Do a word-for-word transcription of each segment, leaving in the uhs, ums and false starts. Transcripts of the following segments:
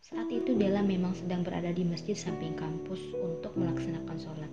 Saat itu Della memang sedang berada di masjid samping kampus untuk melaksanakan sholat.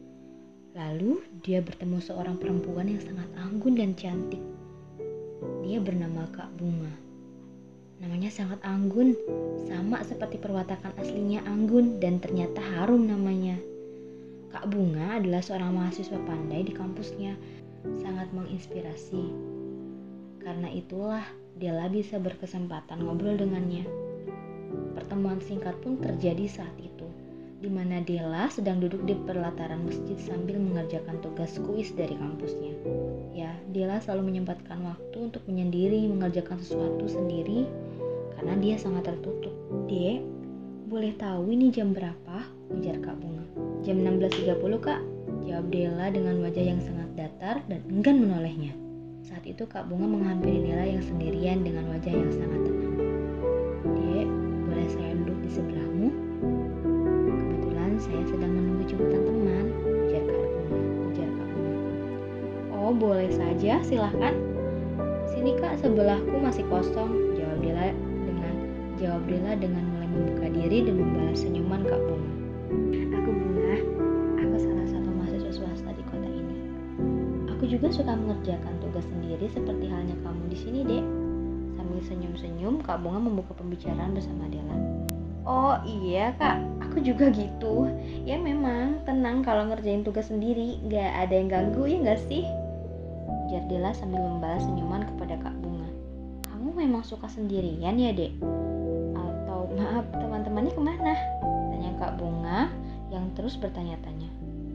Lalu dia bertemu seorang perempuan yang sangat anggun dan cantik. Dia bernama Kak Bunga. Namanya sangat anggun, sama seperti perwatakan aslinya anggun, dan ternyata harum namanya. Kak Bunga adalah seorang mahasiswa pandai di kampusnya, sangat menginspirasi. Karena itulah Della bisa berkesempatan ngobrol dengannya. Pertemuan singkat pun terjadi saat itu, di mana Della sedang duduk di pelataran masjid sambil mengerjakan tugas kuis dari kampusnya. Ya, Della selalu menyempatkan waktu untuk menyendiri mengerjakan sesuatu sendiri karena dia sangat tertutup. Dek, boleh tahu ini jam berapa? Ujar Kak Bunga. Jam enam belas tiga puluh Kak, jawab Della dengan wajah yang sangat datar dan enggan menolehnya. Saat itu Kak Bunga menghampiri Della yang sendirian dengan wajah yang sangat tenang. Dek, boleh saya duduk di sebelahmu? Kebetulan saya sedang menunggu jemputan teman, ujar Kak Bunga. Ujar Kak Bunga. Oh, boleh saja, silahkan. Sini Kak, sebelahku masih kosong, jawab Della dengan jawab Della dengan mulai membuka diri dan membalas senyuman Kak Bunga. Aku Bunga, aku salah satu mahasiswa swasta di kota ini. Aku juga suka mengerjakan tugas sendiri seperti halnya kamu di sini, Dek. Sambil senyum-senyum, Kak Bunga membuka pembicaraan bersama Della. Oh iya Kak, aku juga gitu. Ya memang tenang kalau ngerjain tugas sendiri, gak ada yang ganggu ya gak sih? Ujar Della sambil membalas senyuman kepada Kak Bunga. Kamu memang suka sendirian ya Dek? Atau maaf, teman-temannya kemana? Tanya Kak Bunga yang terus bertanya-tanya.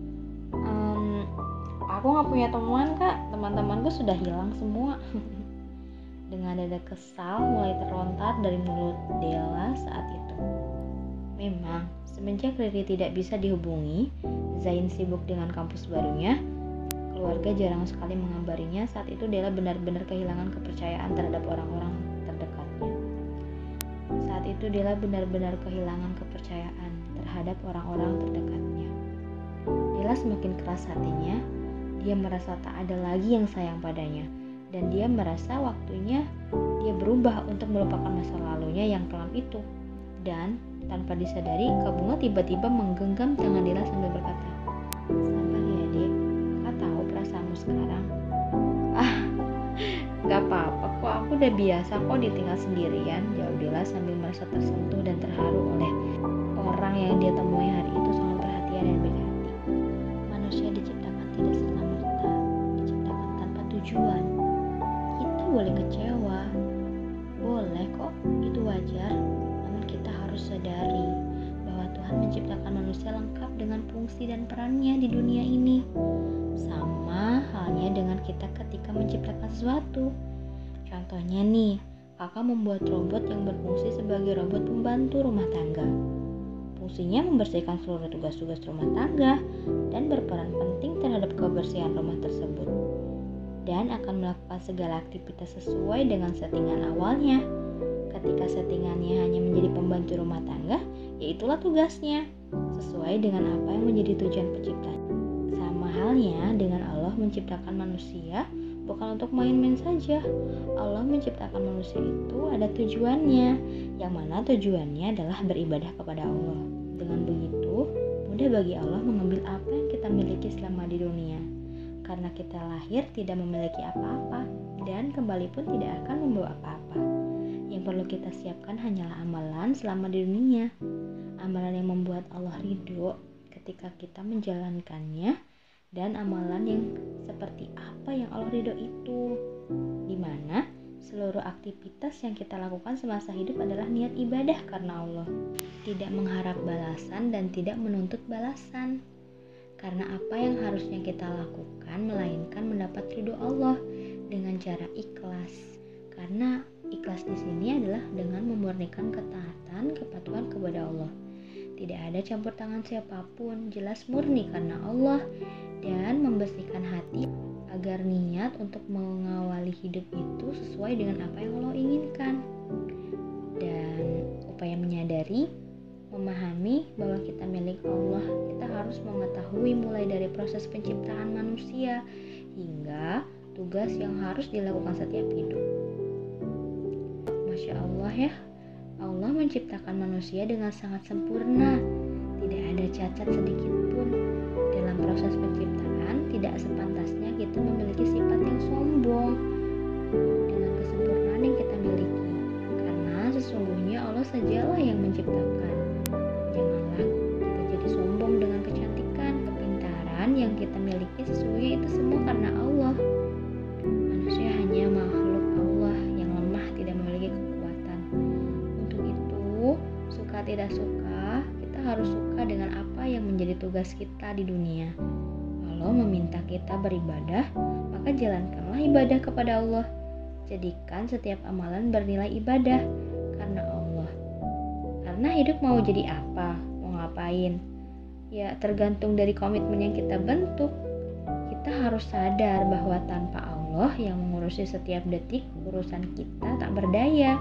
ehm, Aku gak punya teman Kak, teman-temanku sudah hilang semua. Dengan dada kesal mulai terlontar dari mulut Della saat itu. Memang, semenjak Riri tidak bisa dihubungi, Zain sibuk dengan kampus barunya, keluarga jarang sekali mengabarinya. Saat itu Della benar-benar kehilangan kepercayaan terhadap orang-orang terdekatnya. Saat itu Della benar-benar kehilangan kepercayaan terhadap orang-orang terdekatnya. Della semakin keras hatinya, dia merasa tak ada lagi yang sayang padanya. Dan dia merasa waktunya dia berubah untuk melupakan masa lalunya yang kelam itu. Dan tanpa disadari, Kak Bunga tiba-tiba menggenggam tangan Della sambil berkata, sabar ya Dek, Kakak tahu perasaanmu sekarang. Ah, gak apa-apa kok, aku udah biasa kok ditinggal sendirian, jawab Della sambil merasa tersentuh dan terharu oleh orang yang dia temui hari itu sangat perhatian dan baik hati. Manusia diciptakan tidak serta-merta, diciptakan tanpa tujuan. Kita boleh kecewa, boleh kok, itu wajar. Namun kita harus sadari bahwa Tuhan menciptakan manusia lengkap dengan fungsi dan perannya di dunia ini. Sama halnya dengan kita ketika menciptakan sesuatu. Contohnya nih, kakak membuat robot yang berfungsi sebagai robot pembantu rumah tangga. Fungsinya membersihkan seluruh tugas-tugas rumah tangga dan berperan penting terhadap kebersihan rumah tersebut. Dan akan melakukan segala aktivitas sesuai dengan settingan awalnya. Ketika settingannya hanya menjadi pembantu rumah tangga, yaitulah tugasnya, sesuai dengan apa yang menjadi tujuan penciptaan. Sama halnya dengan Allah menciptakan manusia, bukan untuk main-main saja. Allah menciptakan manusia itu ada tujuannya, yang mana tujuannya adalah beribadah kepada Allah. Dengan begitu, mudah bagi Allah mengambil apa yang kita miliki selama di dunia. Karena kita lahir tidak memiliki apa-apa dan kembali pun tidak akan membawa apa-apa. Yang perlu kita siapkan hanyalah amalan selama di dunia. Amalan yang membuat Allah ridho ketika kita menjalankannya, dan amalan yang seperti apa yang Allah ridho itu, dimana seluruh aktivitas yang kita lakukan semasa hidup adalah niat ibadah karena Allah, tidak mengharap balasan dan tidak menuntut balasan. Karena apa yang harusnya kita lakukan melainkan mendapat ridho Allah dengan cara ikhlas. Karena ikhlas di sini adalah dengan memurnikan ketaatan, kepatuhan kepada Allah. Tidak ada campur tangan siapapun, jelas murni karena Allah, dan membersihkan hati agar niat untuk mengawali hidup itu sesuai dengan apa yang Allah inginkan. Dan upaya menyadari, memahami bahwa kita milik Allah, kita harus mengetahui mulai dari proses penciptaan manusia hingga tugas yang harus dilakukan setiap hidup. Masya Allah ya, Allah Allah menciptakan manusia dengan sangat sempurna. Tidak ada cacat sedikit pun. Dalam proses penciptaan, tidak sepantasnya kita memiliki sifat yang sombong dengan kesempurnaan yang kita miliki. Karena sesungguhnya Allah sajalah yang menciptakan. Janganlah kita jadi sombong dengan kecantikan, kepintaran yang kita miliki. Sesungguhnya itu semua karena Allah. Manusia hanya makhluk Allah yang lemah, tidak memiliki kekuatan. Untuk itu, suka tidak suka, kita harus suka dengan apa yang menjadi tugas kita di dunia. Allah meminta kita beribadah, maka jalankanlah ibadah kepada Allah. Jadikan setiap amalan bernilai ibadah karena Allah. Karena hidup mau jadi apa, mau ngapain, ya tergantung dari komitmen yang kita bentuk. Kita harus sadar bahwa tanpa Allah yang mengurusi setiap detik, urusan kita tak berdaya.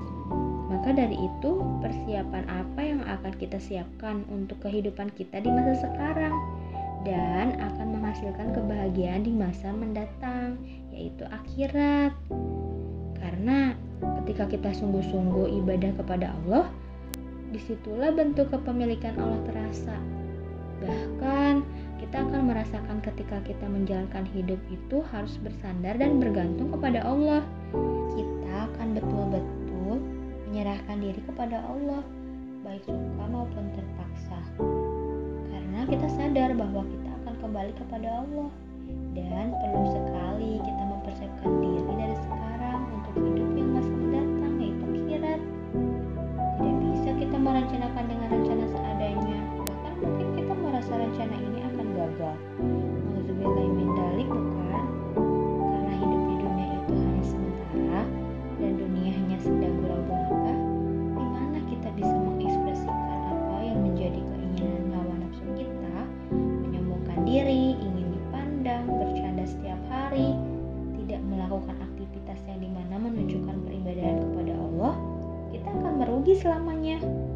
Maka dari itu, persiapan apa yang akan kita siapkan untuk kehidupan kita di masa sekarang dan akan menghasilkan kebahagiaan di masa mendatang, yaitu akhirat. Karena ketika kita sungguh-sungguh ibadah kepada Allah, disitulah bentuk kepemilikan Allah terasa. Bahkan kita akan merasakan ketika kita menjalankan hidup itu harus bersandar dan bergantung kepada Allah. Kita akan betul-betul menyerahkan diri kepada Allah, baik suka maupun terpaksa. Karena kita sadar bahwa kita akan kembali kepada Allah. Dan perlu sekali kita mempersiapkan diri dari sekarang untuk hidup yang masa mendatang, yaitu akhirat. Tidak bisa kita merencanakan dengan rencana seadanya. Bahkan mungkin kita merasa rencana ini akan gagal. Nauzubillahi min dzalik, bukan? Karena hidup di dunia itu hanya sementara dan dunia hanya sedang gurau belaka. Di mana kita bisa mengekspresikan apa yang menjadi keinginan hawa nafsu kita, menyombongkan diri, ingin dipandang, bercanda setiap hari, tidak melakukan aktivitas yang dimana menunjukkan peribadahan kepada Allah, kita akan merugi selamanya.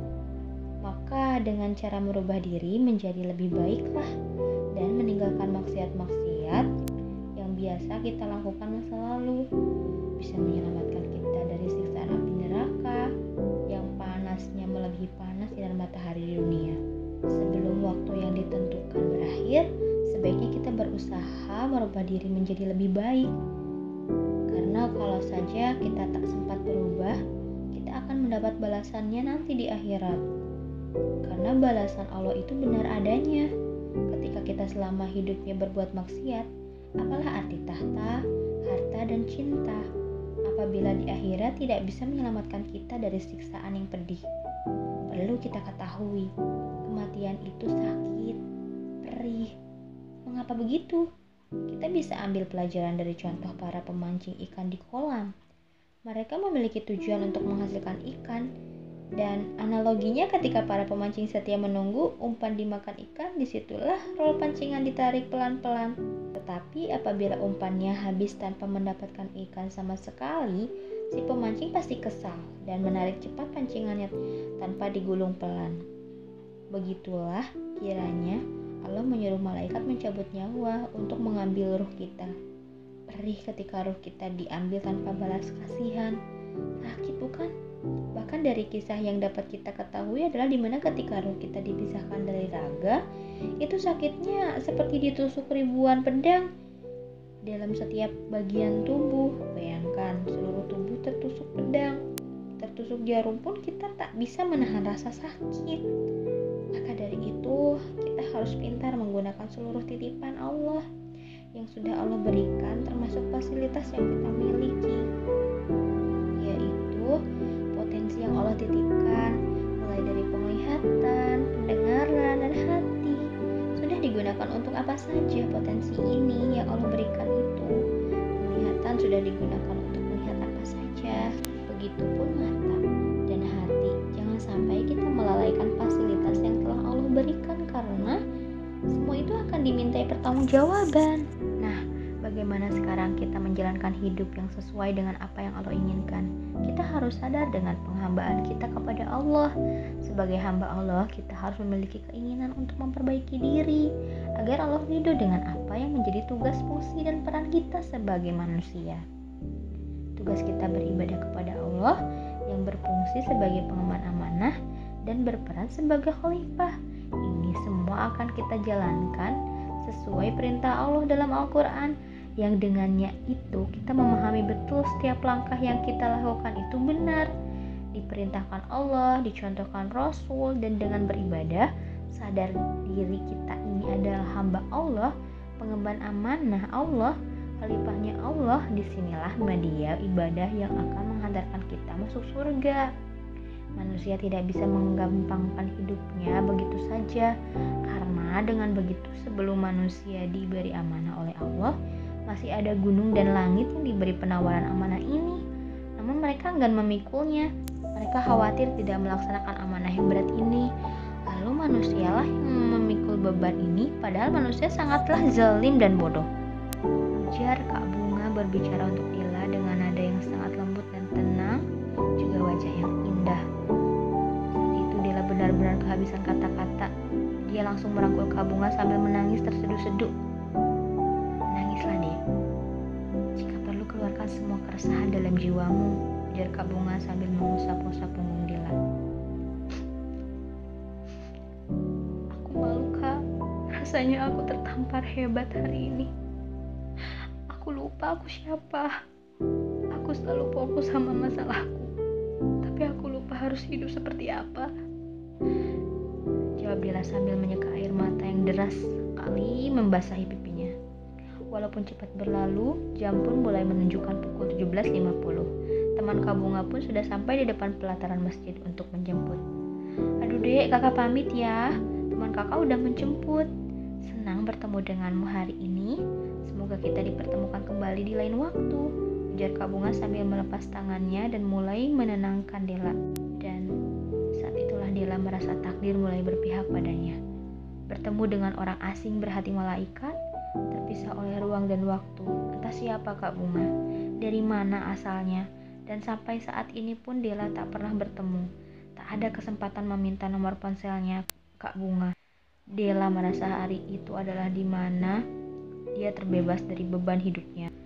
Maka dengan cara merubah diri menjadi lebih baiklah dan meninggalkan maksiat-maksiat yang biasa kita lakukan masa lalu, bisa menyelamatkan kita dari siksaan api neraka yang panasnya melebihi panas sinar matahari di dunia. Sebelum waktu yang ditentukan berakhir, sebaiknya kita berusaha merubah diri menjadi lebih baik. Karena kalau saja kita tak sempat berubah, kita akan mendapat balasannya nanti di akhirat. Karena balasan Allah itu benar adanya. Ketika kita selama hidupnya berbuat maksiat, apalah arti tahta, harta, dan cinta apabila di akhirat tidak bisa menyelamatkan kita dari siksaan yang pedih. Perlu kita ketahui, kematian itu sakit, perih. Mengapa begitu? Kita bisa ambil pelajaran dari contoh para pemancing ikan di kolam. Mereka memiliki tujuan untuk menghasilkan ikan, dan analoginya ketika para pemancing setia menunggu umpan dimakan ikan, disitulah rol pancingan ditarik pelan-pelan. Tetapi apabila umpannya habis tanpa mendapatkan ikan sama sekali, si pemancing pasti kesal dan menarik cepat pancingannya tanpa digulung pelan. Begitulah kiranya Allah menyuruh malaikat mencabut nyawa untuk mengambil ruh kita. Perih ketika ruh kita diambil tanpa balas kasihan. Sakit bukan? Bahkan dari kisah yang dapat kita ketahui adalah dimana ketika ruh kita dipisahkan dari raga, itu sakitnya seperti ditusuk ribuan pedang dalam setiap bagian tubuh. Bayangkan seluruh tubuh tertusuk pedang, tertusuk jarum pun kita tak bisa menahan rasa sakit. Maka dari itu kita harus pintar menggunakan seluruh titipan Allah yang sudah Allah berikan, termasuk fasilitas yang kita miliki, yaitu potensi yang Allah titipkan, mulai dari penglihatan, pendengaran, dan hati. Sudah digunakan untuk apa saja potensi ini yang Allah berikan itu? Penglihatan sudah digunakan untuk melihat apa saja, begitupun mata dan hati. Jangan sampai kita melalaikan fasilitas yang telah Allah berikan, karena semua itu akan dimintai pertanggungjawaban. Nah, bagaimana sekarang kita menjalankan hidup yang sesuai dengan apa yang Allah inginkan? Kita harus sadar dengan penghambaan kita kepada Allah. Sebagai hamba Allah, kita harus memiliki keinginan untuk memperbaiki diri agar Allah ridho dengan apa yang menjadi tugas, fungsi, dan peran kita sebagai manusia. Tugas kita beribadah kepada Allah yang berfungsi sebagai pengemban amanah dan berperan sebagai khalifah. Ini semua akan kita jalankan sesuai perintah Allah dalam Al-Quran, yang dengannya itu kita memahami betul setiap langkah yang kita lakukan itu benar, diperintahkan Allah, dicontohkan Rasul, dan dengan beribadah sadar diri kita ini adalah hamba Allah, pengemban amanah Allah, khalifahnya Allah. Disinilah media ibadah yang akan menghantarkan kita masuk surga. Manusia tidak bisa menggampangkan hidupnya begitu saja, karena dengan begitu sebelum manusia diberi amanah oleh Allah, masih ada gunung dan langit yang diberi penawaran amanah ini. Namun mereka enggan memikulnya. Mereka khawatir tidak melaksanakan amanah yang berat ini. Lalu manusialah yang memikul beban ini, padahal manusia sangatlah zalim dan bodoh. Ujar Kak Bunga berbicara untuk Dila dengan nada yang sangat lembut dan tenang, juga wajah yang indah. Saat itu Dila benar-benar kehabisan kata-kata. Dia langsung merangkul Kak Bunga sambil menangis terseduh-seduh. Menangislah, Dek. Jika perlu keluarkan semua keresahan dalam jiwamu, ujar Kak Bunga sambil mengusap-usap punggung Dila. Aku malu, Kak. Rasanya aku tertampar hebat hari ini. Aku lupa aku siapa. Aku selalu fokus sama masalahku, tapi aku lupa harus hidup seperti apa. Jawab Dila sambil menyeka air mata yang deras sekali membasahi pipinya. Walaupun cepat berlalu, jam pun mulai menunjukkan pukul tujuh belas lima puluh. Teman Kak Bunga pun sudah sampai di depan pelataran masjid untuk menjemput. Aduh Dek, kakak pamit ya. Teman kakak udah menjemput. Senang bertemu denganmu hari ini. Semoga kita dipertemukan kembali di lain waktu, ujar Kak Bunga sambil melepas tangannya dan mulai menenangkan Dela. Dan saat itulah Dela merasa takdir mulai berpihak padanya. Bertemu dengan orang asing berhati malaikat, terpisah oleh ruang dan waktu. Entah siapa Kak Bunga, dari mana asalnya, dan sampai saat ini pun Dela tak pernah bertemu. Tak ada kesempatan meminta nomor ponselnya Kak Bunga. Dela merasa hari itu adalah di mana dia terbebas dari beban hidupnya.